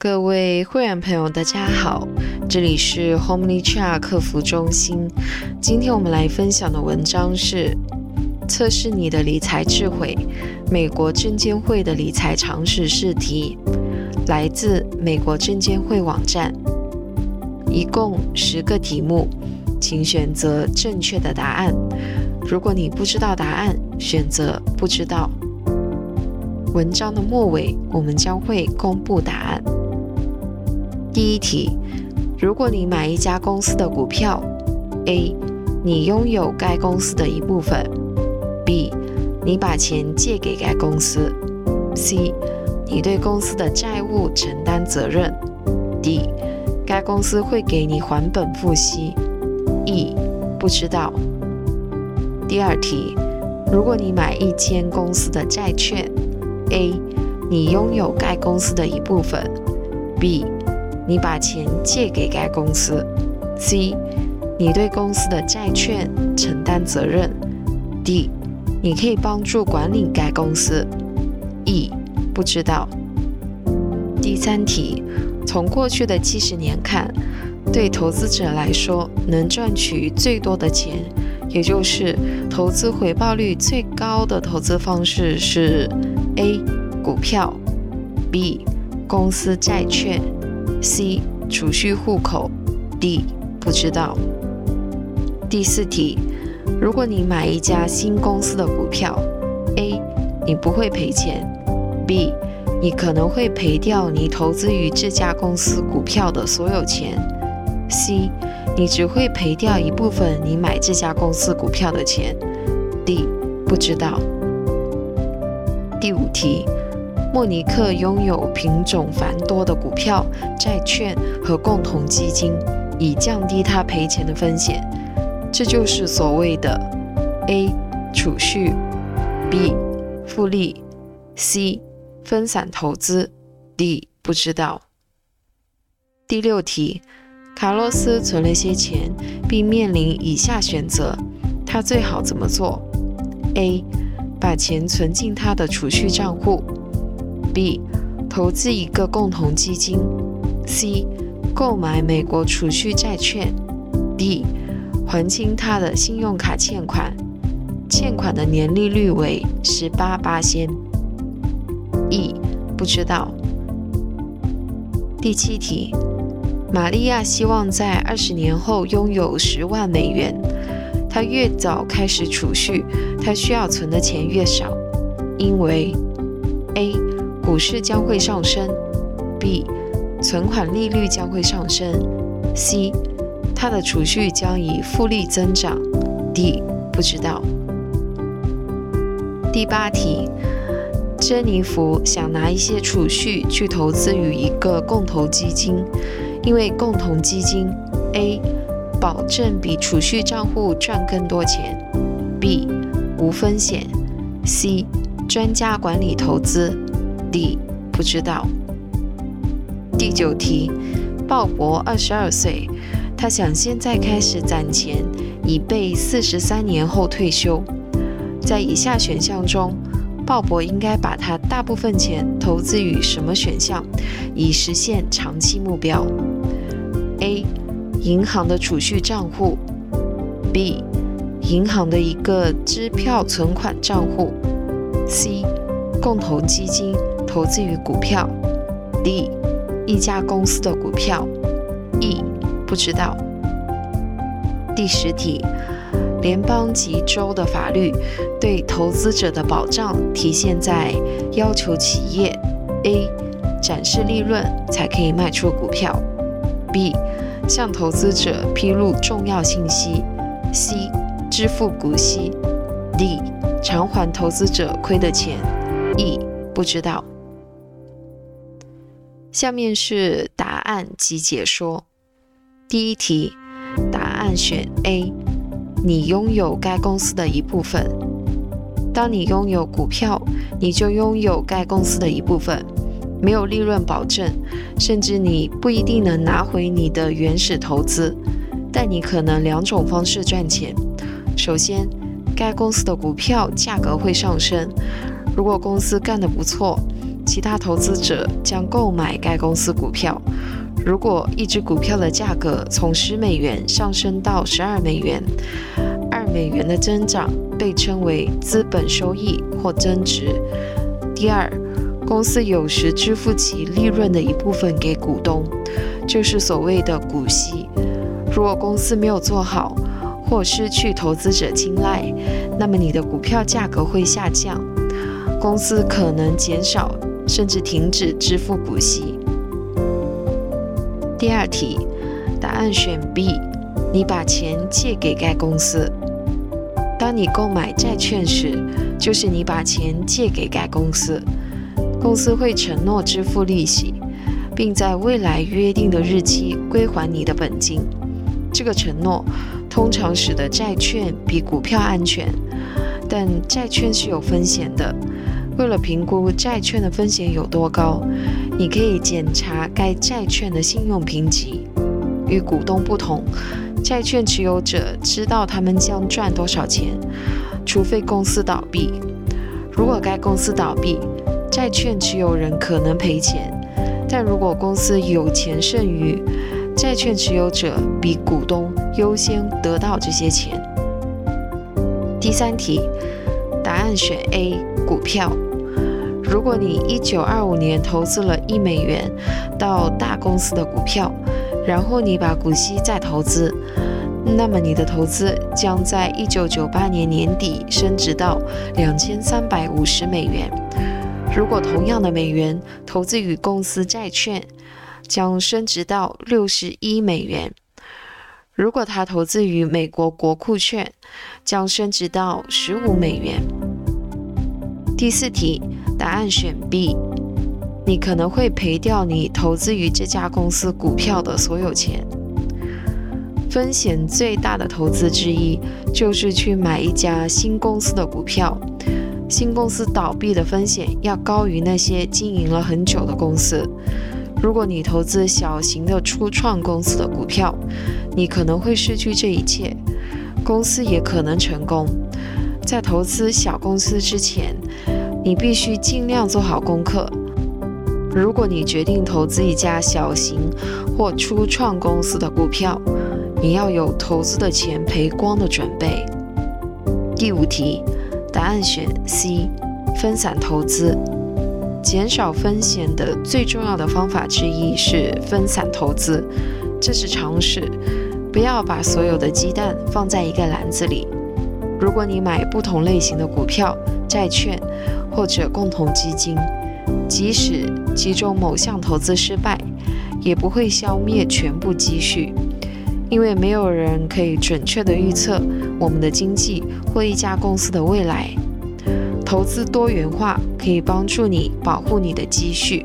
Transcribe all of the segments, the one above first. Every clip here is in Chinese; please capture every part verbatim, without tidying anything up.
各位会员朋友大家好，这里是 HomeLiChat 客服中心。今天我们来分享的文章是测试你的理财智慧，美国证监会的理财常识试题，来自美国证监会网站，一共十个题目，请选择正确的答案。如果你不知道答案，选择不知道。文章的末尾我们将会公布答案。第一题，如果你买一家公司的股票 A， 你拥有该公司的一部分 B， 你把钱借给该公司 C， 你对公司的债务承担责任 D， 该公司会给你还本付息 E， 不知道。第二题，如果你买一间公司的债券 A， 你拥有该公司的一部分 B，你把钱借给该公司 C， 你对公司的债券承担责任 D， 你可以帮助管理该公司 E， 不知道。第三题，从过去的七十年看，对投资者来说能赚取最多的钱，也就是投资回报率最高的投资方式是 A， 股票 B， 公司债券C， 储蓄户口 D， 不知道。第四题，如果你买一家新公司的股票 A， 你不会赔钱 B， 你可能会赔掉你投资于这家公司股票的所有钱 C， 你只会赔掉一部分你买这家公司股票的钱 D， 不知道。第五题，莫尼克拥有品种繁多的股票、债券和共同基金，以降低他赔钱的风险。这就是所谓的 A 储蓄 B 复利 C 分散投资 D 不知道。第六题，卡洛斯存了些钱，并面临以下选择，他最好怎么做？ A 把钱存进他的储蓄账户B， 投资一个共同基金 C， 购买美国储蓄债券 D， 还清他的信用卡欠款，欠款的年利率为 百分之十八 E， 不知道。第七题，玛利亚希望在二十年后拥有十万美元，她越早开始储蓄，她需要存的钱越少，因为 A股市将会上升 B 存款利率将会上升 C 他的储蓄将以复利增长 D 不知道。第八题，珍妮弗想拿一些储蓄去投资于一个共同基金，因为共同基金 A 保证比储蓄账户赚更多钱 B 无风险 C 专家管理投资D 不知道。第九题，鲍勃二十二岁，他想现在开始攒钱，以备四十三年后退休。在以下选项中，鲍勃应该把他大部分钱投资于什么选项，以实现长期目标？ A 银行的储蓄账户 B 银行的一个支票存款账户 C 共同基金投资于股票 D 一家公司的股票 E 不知道。第十题，联邦及州的法律对投资者的保障体现在要求企业 A 展示利润才可以卖出股票 B 向投资者披露重要信息 C 支付股息 D 偿还投资者亏的钱 E 不知道。下面是答案及解说。第一题，答案选 A， 你拥有该公司的一部分。当你拥有股票，你就拥有该公司的一部分，没有利润保证，甚至你不一定能拿回你的原始投资，但你可能两种方式赚钱。首先，该公司的股票价格会上升，如果公司干得不错， 其他投资者将购买该公司股票。如果一只股票的价格从十美元上升到十二美元，二美元的增长被称为资本收益或增值。第二，公司有时支付其利润的一部分给股东，就是所谓的股息。如果公司没有做好，或失去投资者青睐，那么你的股票价格会下降，公司可能减少甚至停止支付股息。第二题，答案选 B， 你把钱借给该公司。当你购买债券时，就是你把钱借给该公司，公司会承诺支付利息，并在未来约定的日期归还你的本金。这个承诺通常使得债券比股票安全，但债券是有风险的。为了评估债券的风险有多高，你可以检查该债券的信用评级。与股东不同，债券持有者知道他们将赚多少钱，除非公司倒闭。如果该公司倒闭，债券持有人可能赔钱，但如果公司有钱剩余，债券持有者比股东优先得到这些钱。第三题，答案选 A， 股票。如果你一九二五年投资了一美元到大公司的股票，然后你把股息再投资，那么你的投资将在一九九八年年底升值到两千三百五十美元。如果同样的美元投资于公司债券，将升值到六十一美元。如果它投资于美国国库券，将升值到十五美元。第四题，答案选 B， 你可能会赔掉你投资于这家公司股票的所有钱。风险最大的投资之一就是去买一家新公司的股票。新公司倒闭的风险要高于那些经营了很久的公司。如果你投资小型的初创公司的股票，你可能会失去这一切，公司也可能成功。在投资小公司之前，你必须尽量做好功课。如果你决定投资一家小型或初创公司的股票，你要有投资的钱赔光的准备。第五题，答案选 C， 分散投资。减少风险的最重要的方法之一是分散投资，这是常识，不要把所有的鸡蛋放在一个篮子里。如果你买不同类型的股票、债券或者共同基金，即使其中某项投资失败，也不会消灭全部积蓄，因为没有人可以准确地预测我们的经济或一家公司的未来。投资多元化可以帮助你保护你的积蓄。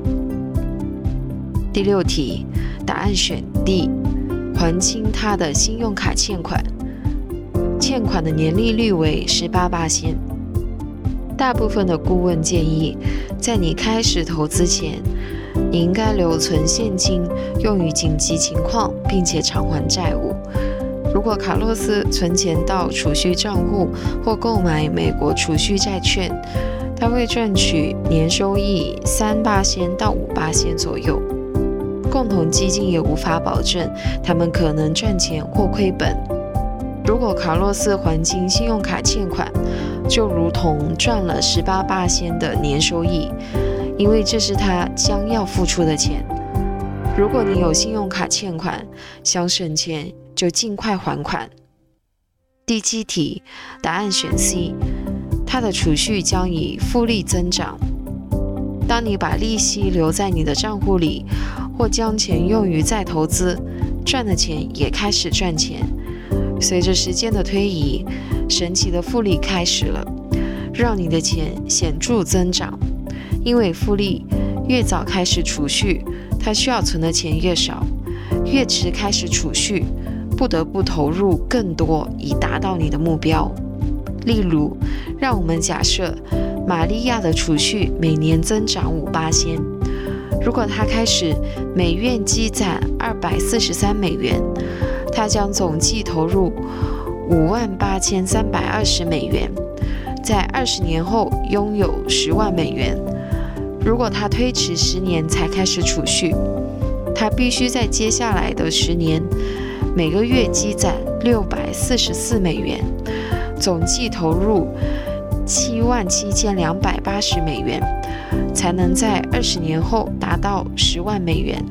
第六题，答案选 D， 还清他的信用卡欠款。欠款的年利率为 百分之十八。大部分的顾问建议，在你开始投资前，你应该留存现金用于紧急情况，并且偿还债务。如果卡洛斯存钱到储蓄账户或购买美国储蓄债券，他会赚取年收益 百分之三 到 百分之五 左右。共同基金也无法保证他们可能赚钱或亏本。如果卡洛斯还清信用卡欠款，就如同赚了 百分之十八 的年收益，因为这是他将要付出的钱。如果你有信用卡欠款，想省钱就尽快还款。第七题，答案选 C， 他的储蓄将以复利增长。当你把利息留在你的账户里，或将钱用于再投资，赚的钱也开始赚钱。随着时间的推移，神奇的复利开始了，让你的钱显著增长。因为复利越早开始储蓄，它需要存的钱越少；越迟开始储蓄，不得不投入更多以达到你的目标。例如，让我们假设玛利亚的储蓄每年增长 百分之五。如果她开始每月积攒二百四十三美元，她将总计投入五万八千三百二十美元，在二十年后拥有十万美元。 如果他推迟十年才开始储蓄，他必须在接下来的十年每个月积攒六百四十四美元，总计投入七万七千两百八十美元，才能在二十年后达到十万美元。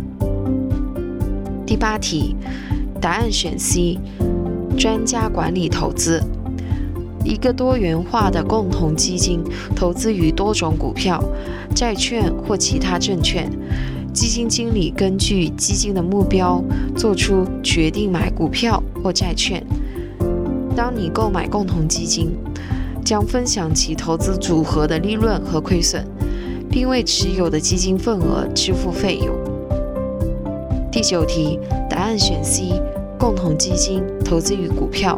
第八题，答案选 C， 专家管理投资。一个多元化的共同基金投资于多种股票、债券或其他证券。基金经理根据基金的目标做出决定买股票或债券。当你购买共同基金，将分享其投资组合的利润和亏损，并为持有的基金份额支付费用。第九题，答案选 C， 共同基金投资于股票。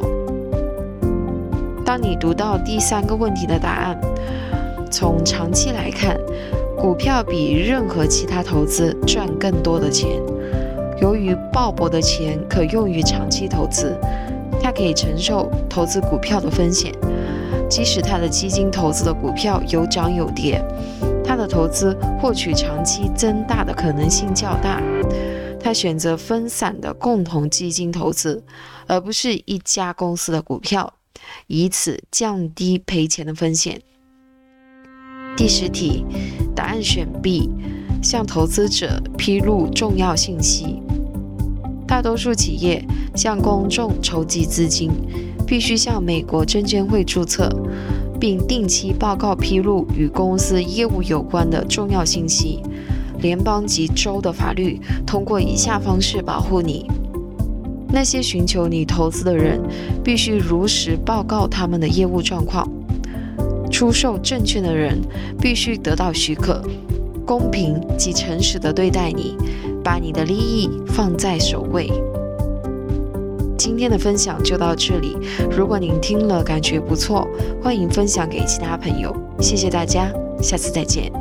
当你读到第三个问题的答案，从长期来看，股票比任何其他投资赚更多的钱。由于鲍勃的钱可用于长期投资，他可以承受投资股票的风险，即使他的基金投资的股票有涨有跌，他的投资获取长期增大的可能性较大。他选择分散的共同基金投资，而不是一家公司的股票，以此降低赔钱的风险。第十题，答案选 B， 向投资者披露重要信息。大多数企业向公众筹集资金，必须向美国证监会注册，并定期报告披露与公司业务有关的重要信息。联邦及州的法律通过以下方式保护你：那些寻求你投资的人必须如实报告他们的业务状况；出售证券的人必须得到许可，公平及诚实地对待你，把你的利益放在首位。今天的分享就到这里，如果您听了感觉不错，欢迎分享给其他朋友。谢谢大家，下次再见。